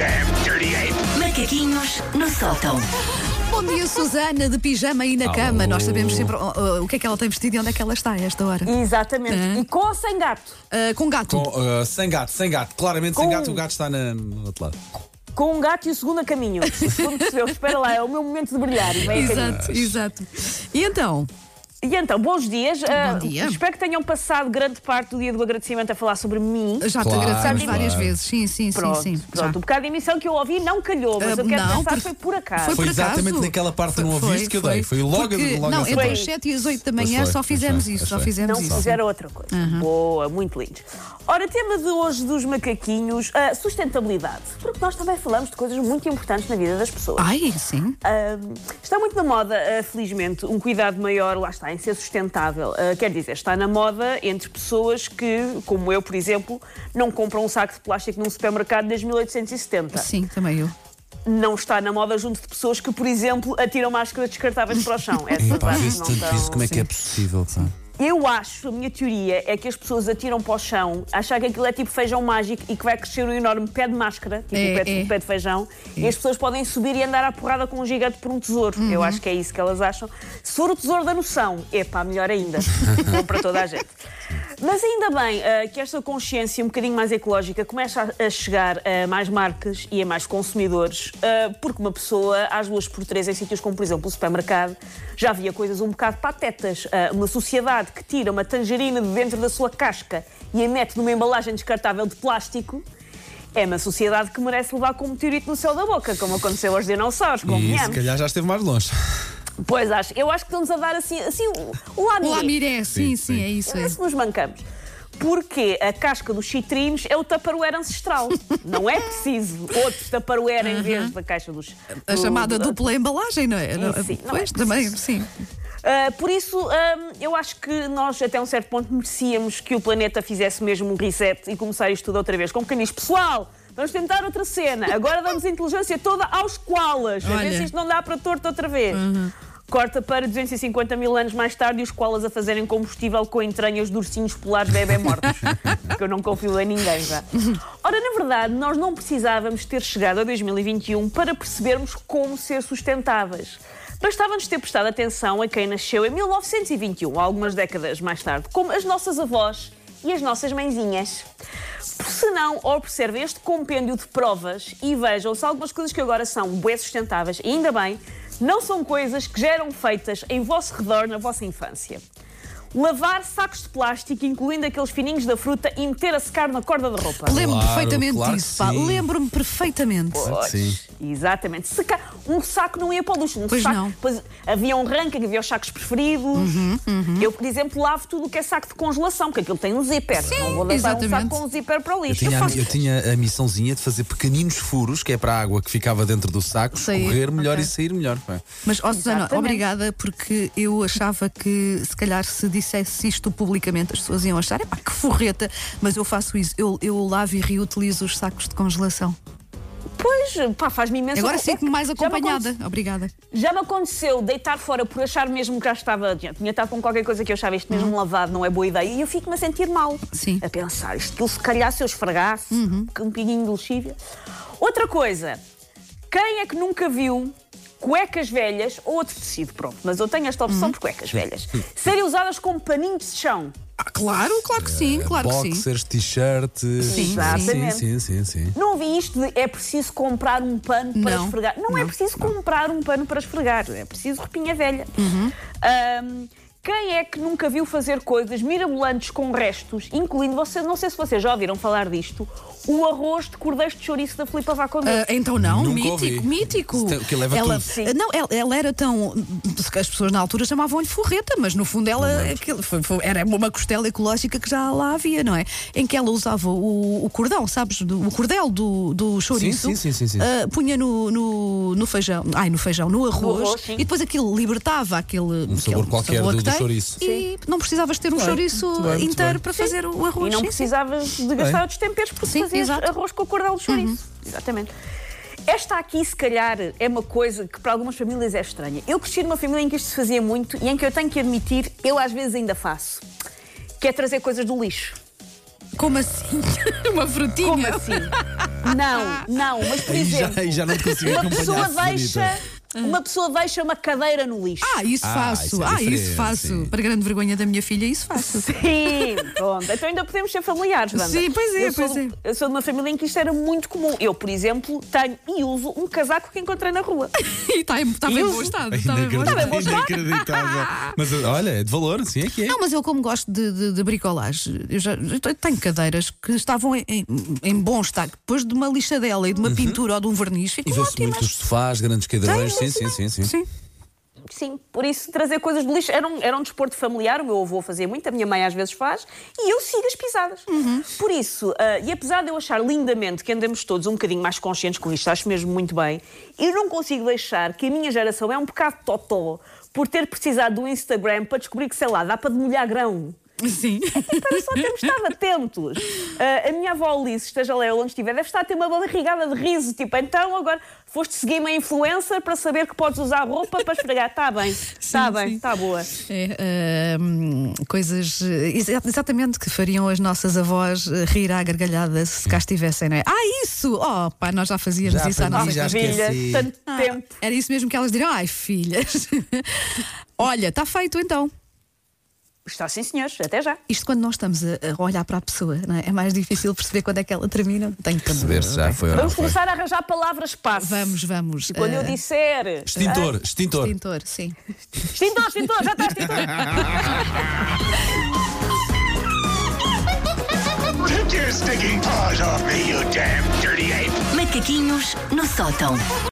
damn dirty ape! Macaquinhos no sótão. Bom dia, Susana, de pijama e na cama. Nós sabemos sempre o que é que ela tem vestido e onde é que ela está a esta hora. Exatamente. E com ou sem gato? Com gato. Sem gato. Claramente sem gato, o gato está no outro lado. Com um gato e o segundo a caminho. O segundo percebeu, espera lá, é o meu momento de brilhar. E vem a caminho. Exato. E então, bons dias. Bom dia. Espero que tenham passado grande parte do dia do agradecimento a falar sobre mim. Já te agradecemos várias vezes. Sim. Pronto. O bocado de emissão que eu ouvi não calhou, mas eu quero pensar que foi por acaso. Foi exatamente naquela parte que não ouviste que eu dei. Foi logo Não, entre foi. as 7 e as 8 da manhã só fizemos isso. Só fizemos Não isso. fizeram outra coisa. Boa, muito lindo. Ora, tema de hoje dos macaquinhos, sustentabilidade. Porque nós também falamos de coisas muito importantes na vida das pessoas. Ai, sim. Está muito na moda, felizmente, um cuidado maior, lá está, em ser sustentável. Quer dizer, está na moda entre pessoas que, como eu, por exemplo, não compram um saco de plástico num supermercado desde 1870. Sim, também eu. Não está na moda junto de pessoas que, por exemplo, atiram máscaras descartáveis para o chão. Como é que é possível? Eu acho, a minha teoria é que as pessoas atiram para o chão, achar que aquilo é tipo feijão mágico e que vai crescer um enorme pé de máscara, tipo pé de feijão, e as pessoas podem subir e andar à porrada com um gigante por um tesouro. Eu acho que é isso que elas acham. Se for o tesouro da noção, melhor ainda. Bom para toda a gente. Mas ainda bem que esta consciência um bocadinho mais ecológica começa a chegar a mais marcas e a mais consumidores, porque uma pessoa, às 2x3 em sítios como, por exemplo, o supermercado, já via coisas um bocado patetas. Uma sociedade que tira uma tangerina de dentro da sua casca e a mete numa embalagem descartável de plástico é uma sociedade que merece levar com um meteorito no céu da boca, como aconteceu aos dinossauros, E convenhamos. se calhar já esteve mais longe. Pois acho. Eu acho que estamos a dar assim o lamiré. O lamiré, sim, é isso. Se nos mancamos. Porque a casca dos citrinos é o tupperware ancestral. Não é preciso outro tupperware em vez da caixa dos... A chamada dupla embalagem, não é? Sim, pois, também, sim. Por isso, eu acho que nós, até um certo ponto, merecíamos que o planeta fizesse mesmo um reset e começar isto tudo outra vez. Como quem diz, pessoal, vamos tentar outra cena. Agora damos a inteligência toda aos koalas. A ver se isto não dá para torto outra vez. Corta para 250 mil anos mais tarde e os koalas a fazerem combustível com entranhas de ursinhos polares bebê mortos. Que eu não confio em ninguém já. Ora, na verdade, nós não precisávamos ter chegado a 2021 para percebermos como ser sustentáveis. Bastava-nos ter prestado atenção a quem nasceu em 1921, algumas décadas mais tarde, como as nossas avós e as nossas mãezinhas. Se não, observem este compêndio de provas e vejam se algumas coisas que agora são bem sustentáveis, e ainda bem, não são coisas que já eram feitas em vosso redor na vossa infância. Lavar sacos de plástico, incluindo aqueles fininhos da fruta, e meter a secar na corda da roupa. Lembro-me perfeitamente disso, pá. sim. Lembro-me perfeitamente. Sim. Exatamente. Secar. Um saco não ia para o lixo. Pois saco, não. Pois, havia um ranking, havia os sacos preferidos. Eu, por exemplo, lavo tudo o que é saco de congelação, porque aquilo tem um zíper. Não vou deixar um saco com um zíper para o lixo. Eu tinha a missãozinha de fazer pequeninos furos, que é para a água que ficava dentro do saco, escorrer melhor e sair melhor. Mas, Susana, Exatamente. obrigada, porque eu achava que, se calhar, se dissesse isto publicamente, as pessoas iam achar, que forreta, mas eu faço isso. Eu lavo e reutilizo os sacos de congelação. Pois, faz-me imenso. Agora sinto-me mais acompanhada. Obrigada. Já me aconteceu deitar fora por achar mesmo que já tinha estado com qualquer coisa que eu achava isto mesmo lavado, não é boa ideia, e eu fico-me a sentir mal. Sim. A pensar, isto se calhar se eu esfregasse, um pinguinho de lexívia. Outra coisa, quem é que nunca viu cuecas velhas ou outro tecido, pronto, mas eu tenho esta opção por cuecas velhas, serem usadas como paninho de chão? Claro que sim, claro que sim. Boxers, t-shirts. Exatamente. Sim. Não ouvi isto de é preciso comprar um pano para esfregar. Não é preciso comprar um pano para esfregar, é preciso roupinha velha. Quem é que nunca viu fazer coisas mirabolantes com restos, incluindo, não sei se vocês já ouviram falar disto, o arroz de cordeiro de chouriço da Filipa Vá com Deus? Então não, Nunca ouvi. mítico. Que leva ela, tudo. Sim. Não, ela era tão... As pessoas na altura chamavam-lhe forreta, mas no fundo ela era uma costela ecológica que já lá havia, não é? Em que ela usava o cordão, sabes? O cordel do chouriço. Sim. Punha no feijão, no arroz, sim. e depois aquilo libertava aquele sabor qualquer sabor do que tem, chouriço. E não precisavas ter um chouriço muito bem. inteiro para fazer o arroz. E não Sim, precisavas de gastar outros temperos porque fazias exato. arroz com o cordel de chouriço. Exatamente. Esta aqui, se calhar, é uma coisa que para algumas famílias é estranha. Eu cresci numa família em que isto se fazia muito e em que eu tenho que admitir, eu às vezes ainda faço, que é trazer coisas do lixo. Como assim? Uma frutinha? Como assim? Não, mas por Aí exemplo, já não te consigo uma acompanhar. pessoa Susana. deixa. Uma pessoa deixa uma cadeira no lixo. Isso faço. isso é Isso diferente, faço. sim. Para grande vergonha da minha filha, isso faço. Sim, pronto. Então ainda podemos ser familiares, Wanda. Sim, pois é, Eu sou de uma família em que isto era muito comum. Eu, por exemplo, tenho e uso um casaco que encontrei na rua. E está em bom estado. Está em bom estado. Inacreditável. Mas olha, é de valor, sim, é que é. Não, mas eu como gosto de bricolagem, eu tenho cadeiras que estavam em bom estado. Depois de uma lixadela e de uma pintura ou de um verniz, E ficam vê-se ótimas. muito os sofás, grandes cadeirões. Sim, Sim. Sim, por isso trazer coisas do lixo era um desporto familiar, o meu avô fazia muito, a minha mãe às vezes faz, e eu sigo as pisadas. Por isso, e apesar de eu achar lindamente que andamos todos um bocadinho mais conscientes com isto, acho mesmo muito bem, eu não consigo deixar que a minha geração é um bocado totó por ter precisado do Instagram para descobrir que, sei lá, dá para demolhar grão. Sim. Para só termos de estar atentos. A minha avó Alice, esteja lá onde estiver, deve estar a ter uma barrigada de riso. Tipo, então agora foste seguir uma influencer para saber que podes usar roupa para esfregar. Está bem, está boa. Coisas exatamente que fariam as nossas avós rir à gargalhada se cá estivessem, não é? Isso! Pá, nós já fazíamos isso à nossa já filha, esqueci. tanto tempo. Era isso mesmo que elas diriam. Ai, filhas. Olha, está feito então. Está sim, senhores, até já. Isto quando nós estamos a olhar para a pessoa, não é? É mais difícil perceber quando é que ela termina. Tem que Perceber se já foi ou não Vamos foi. começar a arranjar palavras-passe. Vamos. E quando eu disser. Extintor. Extintor, sim. Extintor, já está extintor. Take your stinking paws off me, you damn dirty ape! Macaquinhos no sótão.